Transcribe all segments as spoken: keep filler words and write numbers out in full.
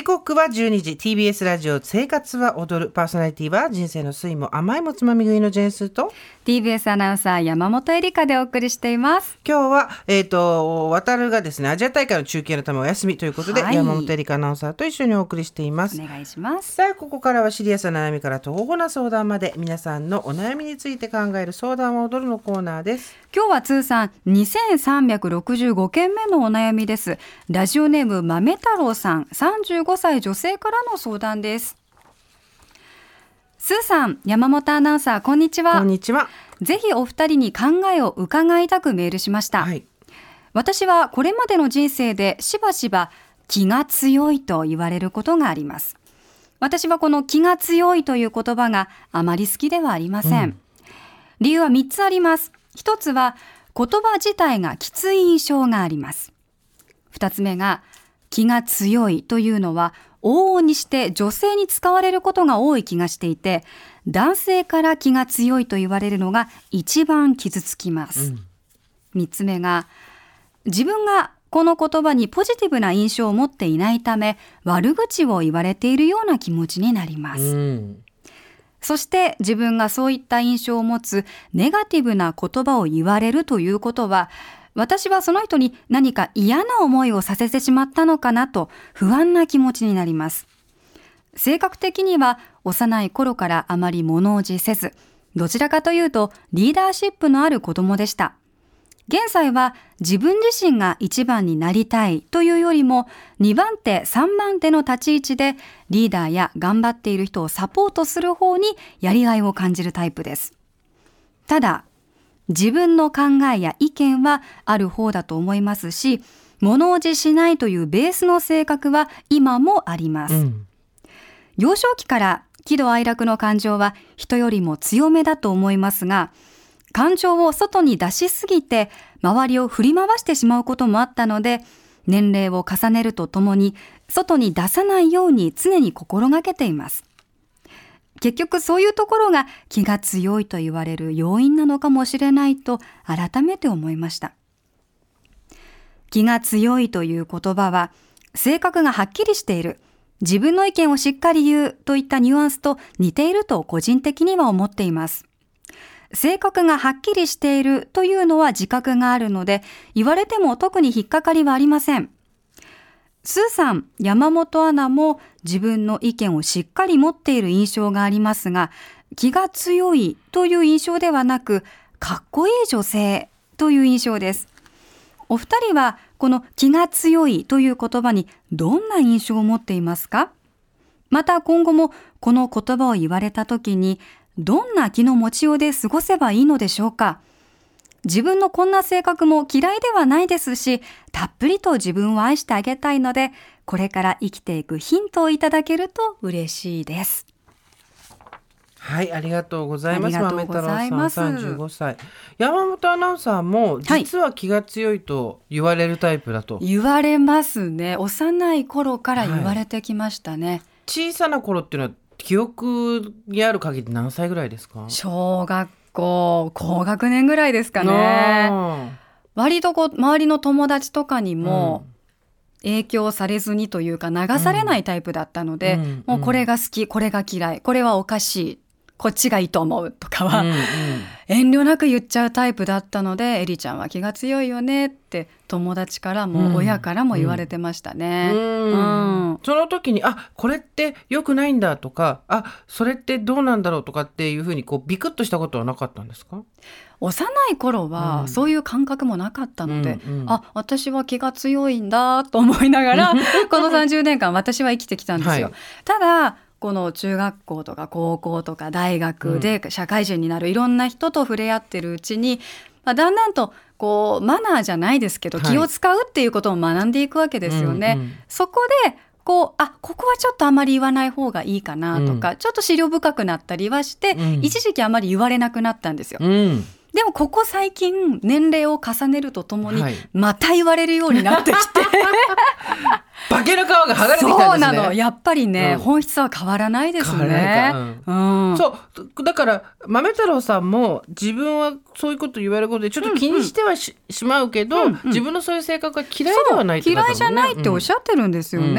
刻はじゅうにじ ティービーエス ラジオ生活は踊る。パーソナリティは人生の酸いも甘いもつまみ食いのジェンスとティービーエス アナウンサー山本恵里香でお送りしています。 今日は、えーと、渡るがですねアジア大会の中継のためお休みということで、はい、山本恵里香アナウンサーと一緒にお送りしています。 お願いします。 さあここからはシリアスな悩みから途方な相談まで皆さんのお悩みについて考える相談は踊るのコーナーです。 今日は通算にせんさんびゃくろくじゅうごけんめのお悩みです。ラジオネーム豆太郎さん、さんじゅうごさい女性からの相談です。スーさん、山本アナウンサー、こんにちは。 こんにちは。 ぜひお二人に考えを伺いたくメールしました、はい、私はこれまでの人生でしばしば気が強いと言われることがあります。私はこの気が強いという言葉があまり好きではありません、うん、理由はみっつあります。一つは言葉自体がきつい印象があります。二つ目が気が強いというのは往々にして女性に使われることが多い気がしていて、男性から気が強いと言われるのが一番傷つきます、うん、三つ目が自分がこの言葉にポジティブな印象を持っていないため悪口を言われているような気持ちになります、うん、そして自分がそういった印象を持つネガティブな言葉を言われるということは、私はその人に何か嫌な思いをさせてしまったのかなと不安な気持ちになります。性格的には幼い頃からあまり物おじせず、どちらかというとリーダーシップのある子供でした。現在は自分自身が一番になりたいというよりもにばんてさんばんての立ち位置でリーダーや頑張っている人をサポートする方にやりがいを感じるタイプです。ただ自分の考えや意見はある方だと思いますし、物おじしないというベースの性格は今もあります、うん、幼少期から喜怒哀楽の感情は人よりも強めだと思いますが、感情を外に出しすぎて周りを振り回してしまうこともあったので、年齢を重ねるとともに外に出さないように常に心がけています。結局そういうところが気が強いと言われる要因なのかもしれないと改めて思いました。気が強いという言葉は性格がはっきりしている、自分の意見をしっかり言うといったニュアンスと似ていると個人的には思っています。性格がはっきりしているというのは自覚があるので、言われても特に引っかかりはありません。スーさん、山本アナも自分の意見をしっかり持っている印象がありますが、気が強いという印象ではなく、かっこいい女性という印象です。お二人はこの気が強いという言葉にどんな印象を持っていますか？また今後もこの言葉を言われた時にどんな気の持ちようで過ごせばいいのでしょうか？自分のこんな性格も嫌いではないですし、たっぷりと自分を愛してあげたいので、これから生きていくヒントをいただけると嬉しいです。 はい、ありがとうございます。豆太郎さん、さんじゅうごさい。山本アナウンサーも実は気が強いと言われるタイプだと、 はい、言われますね。幼い頃から言われてきましたね、はい、 小さな頃っていうのは記憶にある限り何歳ぐらいですか？ 小学校高学年ぐらいですかね。割とこう周りの友達とかにも影響されずにというか流されないタイプだったので、うん、もうこれが好き、これが嫌い、これはおかしい、こっちがいいと思うとかは、うんうん、遠慮なく言っちゃうタイプだったので、エリちゃんは気が強いよねって友達からも親からも言われてましたね、うんうんうん、その時にあこれって良くないんだとか、あそれってどうなんだろうとかっていうふうにこうビクッとしたことはなかったんですか？ 幼い頃はそういう感覚もなかったので、うんうん、あ私は気が強いんだと思いながらこのさんじゅうねんかん私は生きてきたんですよ、はい、ただこの中学校とか高校とか大学で社会人になるいろんな人と触れ合ってるうちに、まあ、だんだんとこうマナーじゃないですけど気を使うっていうことを学んでいくわけですよね、うんうん、そこでこうあここはちょっとあまり言わない方がいいかなとか、うん、ちょっと思慮深くなったりはして、うん、一時期あまり言われなくなったんですよ、うんでもここ最近年齢を重ねるとともにまた言われるようになってきて、 はい、化けの皮が剥がれてきたんですね。 そうなの、やっぱりね、うん、本質は変わらないですね、 うんうん、そうだから豆太郎さんも自分はそういうこと言われることでちょっと気にしては し,、うんうん、しまうけど、うんうん、自分のそういう性格が嫌いではないってことだもんね。 嫌いじゃないっておっしゃってるんですよね、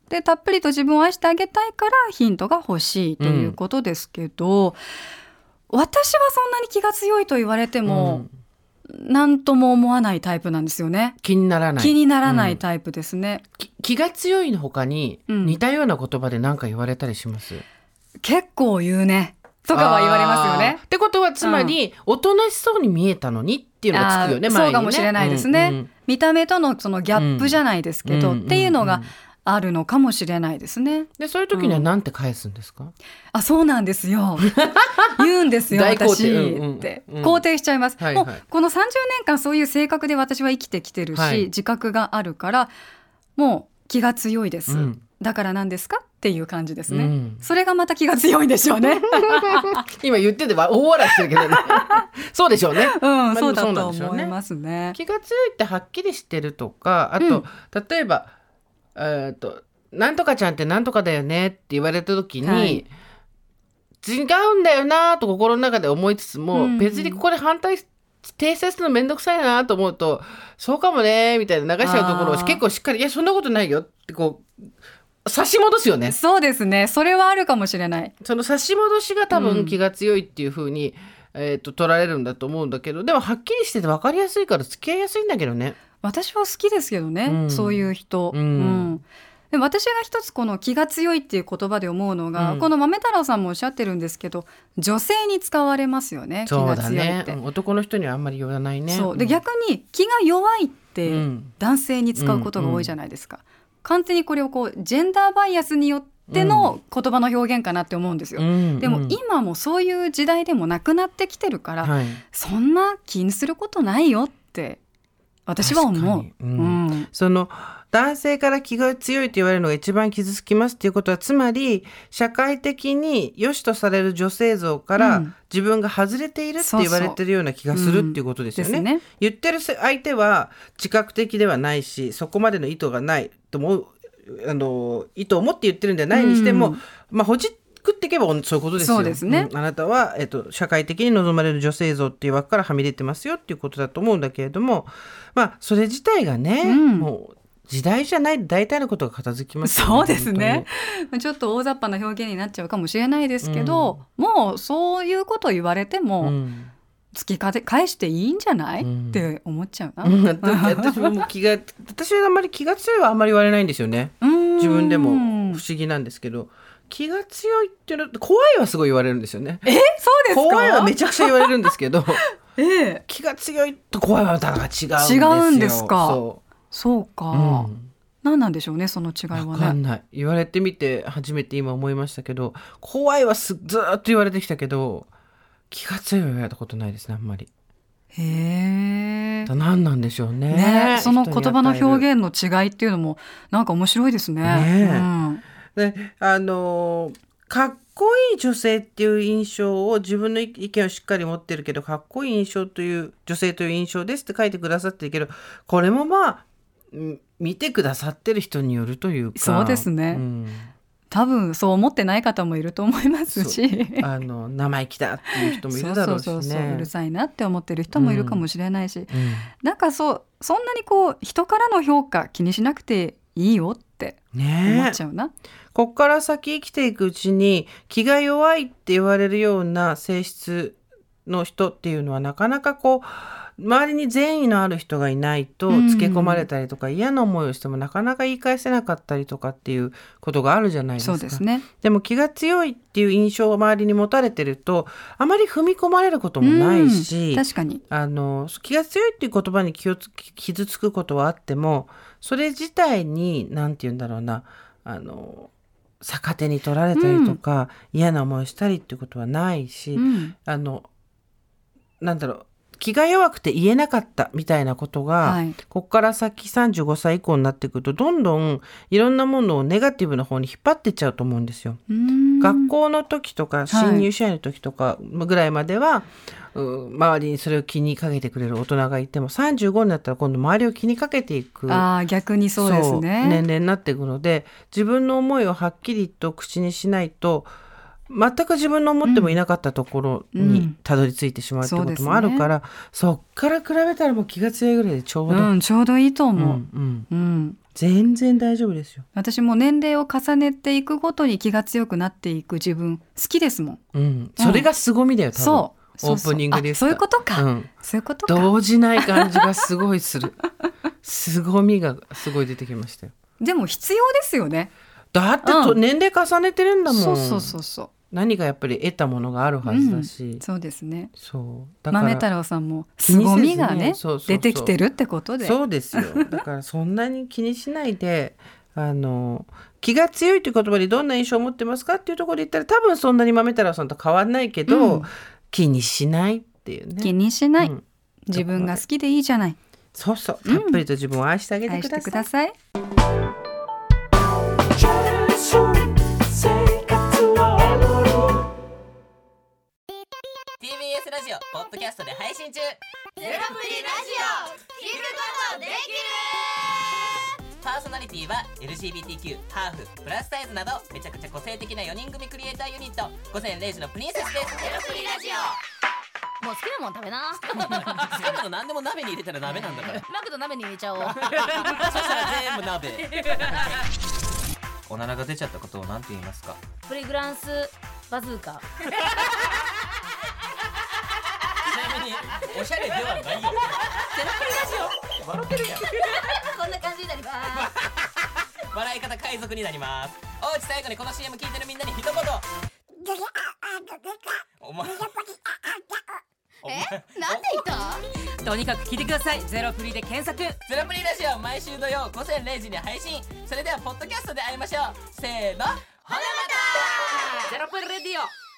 でたっぷりと自分を愛してあげたいからヒントが欲しいということですけど、うん、私はそんなに気が強いと言われても、うん、何とも思わないタイプなんですよね。 気にならない気にならないタイプですね、 うん、気, 気が強いの他に似たような言葉で何か言われたりします？ うん、結構言うねとかは言われますよね。 ってことはつまり、うん、おとなしそうに見えたのにっていうのがつくよね、前にね。 そうかもしれないですね、 うんうん、 見た目とのそのギャップじゃないですけど、うん、っていうのがあるのかもしれないですね。 でそういう時には何て返すんですか？うん、 あ、そうなんですよ言うんですよ私、うんうん、って肯定しちゃいます、はいはい、もうこのさんじゅうねんかんそういう性格で私は生きてきてるし、はい、自覚があるからもう気が強いです、うん、だから何ですかっていう感じですね、うん、それがまた気が強いんでしょうね今言ってて大笑いしてるけどねそうでしょうね、 うん、そうだと思いますね。 気が強いってはっきりしてるとか、あと、うん、例えばえー、となんとかちゃんってなんとかだよねって言われた時に、はい、違うんだよなと心の中で思いつつも、うん、別にここで反対訂正するのめんどくさいなと思うとそうかもねみたいな流しちゃうところを結構しっかりいやそんなことないよってこう差し戻すよね。 そうですね、それはあるかもしれない。 その差し戻しが多分気が強いっていう風に、うんえー、と取られるんだと思うんだけど、でもはっきりしてて分かりやすいから付き合いやすいんだけどね。 私は好きですけどね、うん、そういう人、うんうん、で私が一つこの気が強いっていう言葉で思うのが、うん、この豆太郎さんもおっしゃってるんですけど女性に使われますよね。 そうだね、 気が強いって、 うん、男の人にはあんまり言わないね。 そうで、逆に気が弱いって男性に使うことが多いじゃないですか、うんうんうん、完全にこれをこうジェンダーバイアスによっての言葉の表現かなって思うんですよ、うんうん、でも今もそういう時代でもなくなってきてるから、はい、そんな気にすることないよって私は思う、うんうん、その男性から気が強いと言われるのが一番傷つきますっていうことは、つまり社会的に良しとされる女性像から自分が外れているって言われてるような気がするっていうことですよね。 そうそう、うん、ですね。 言ってる相手は自覚的ではないし、そこまでの意図がないと思う、あの意図を持って言ってるんじゃないにしても、うん、まあほじくっていけばそういうことですよ。 そうですね、 うん、あなたは、えっと、社会的に望まれる女性像っていう枠からはみ出てますよっていうことだと思うんだけれども、まあそれ自体がね、うん、もう時代じゃない大体のことが片付きますよね。 そうですね、ちょっと大雑把な表現になっちゃうかもしれないですけど、うん、もうそういうこと言われても、うん、突き返していいんじゃない、うん、って思っちゃうな、うん、 私も気が私はあんまり気が強いはあんまり言われないんですよね。自分でも不思議なんですけど、気が強いっていうの怖いはすごい言われるんですよね。 え、そうですか？ 怖いはめちゃくちゃ言われるんですけど、 ええ、 気が強いと怖いはまた違うんですよ。 違うんですか？ そうそうか、うん、何なんでしょうね、その違いはね。 分かんない。言われてみて初めて今思いましたけど、怖いはすずっと言われてきたけど気が強いは言われたことないですね、あんまり。 へー、 何なんでしょう ね, ねその言葉の表現の違いっていうのもなんか面白いですね。ね、うん、 であのかっこいい女性っていう印象を、自分の意見をしっかり持ってるけどかっこいい印象という女性という印象ですって書いてくださってるけど、これもまあ見てくださってる人によるというか。 そうですね、うん、多分そう思ってない方もいると思いますし、 あの生意気だっていう人もいるだろうしね。そうそうそうそう、うるさいなって思ってる人もいるかもしれないし、うんうん、なんかそうそんなにこう人からの評価気にしなくていいよって思っちゃうな、ね、 こっから先生きていくうちに気が弱いって言われるような性質の人っていうのはなかなかこう周りに善意のある人がいないとつけ込まれたりとか、うん、嫌な思いをしてもなかなか言い返せなかったりとかっていうことがあるじゃないですか。 そうですね。 でも気が強いっていう印象を周りに持たれてるとあまり踏み込まれることもないし、 うん、確かにあの気が強いっていう言葉に気をつ傷つくことはあっても、それ自体に何て言うんだろうな、あの逆手に取られたりとか、うん、嫌な思いをしたりっていうことはないし、うん、あのなんだろう気が弱くて言えなかったみたいなことが、はい、ここから先さんじゅうごさい以降になってくるとどんどんいろんなものをネガティブな方に引っ張っていっちゃうと思うんですよ。学校の時とか新入社員の時とかぐらいまでは、はい、周りにそれを気にかけてくれる大人がいてもさんじゅうごになったら今度周りを気にかけていく、 あ、逆にそうですね、 年齢になっていくので、自分の思いをはっきりと口にしないと全く自分の思ってもいなかったところにたどり着いてしまうってこともあるから、うんうん そ, ね、そっから比べたらもう気が強いぐらいでちょうど、 うん、ちょうどいいと思う、 うんうんうん、 全然大丈夫ですよ。 私も年齢を重ねていくごとに気が強くなっていく自分好きですもん、 うん、それが凄みだよ、多分。そうオープニングですか。 そういうことか、 うん、 そういうことか。 動じない感じがすごいする凄みがすごい出てきましたよ。 でも必要ですよね。 だってと、うん、年齢重ねてるんだもん。 そうそうそうそう。 何かやっぱり得たものがあるはずだし、 うん、そうですね。 そうだから豆太郎さんも凄みがね、 そうそうそう出てきてるってことで。 そうですよ。だからそんなに気にしないであの気が強いという言葉にどんな印象を持ってますかっていうところで言ったら多分そんなに豆太郎さんと変わんないけど、うん、気にしないっていうね。 気にしない、うん、自分が好きでいいじゃない。 そうそうたっぷりと自分を愛してあげてください、 愛してください。 ティービーエス ラジオポッドキャストで配信中。 ゼロプリラジオ聞くことできる。 パーソナリティは エルジービーティーキュー、ハーフ、プラスサイズなどめちゃくちゃ個性的なよにん組クリエイターユニット午前れいじのプリンセスです。 ゼロプリラジオもう好きなもん食べな。 好きなの何でも鍋に入れたら鍋なんだから。 マクド鍋に入れちゃおう。 そしたら全部鍋。おならが出ちゃったことを何て言いますか？ プリグランスバズーカ。 ちなみにおしゃれではないよ。ゼロプリラジオ笑ってるやん。 こんな感じになります。 笑い方海賊になります。おうち最後にこの シーエム 聞いてるみんなに一言。お前え、なんで言った？ とにかく聞いてください。ゼロプリで検索。ゼロプリラジオ毎週土曜午前れいじに配信。それではポッドキャストで会いましょう。せーの、ほなまた。ゼロプリレディオ。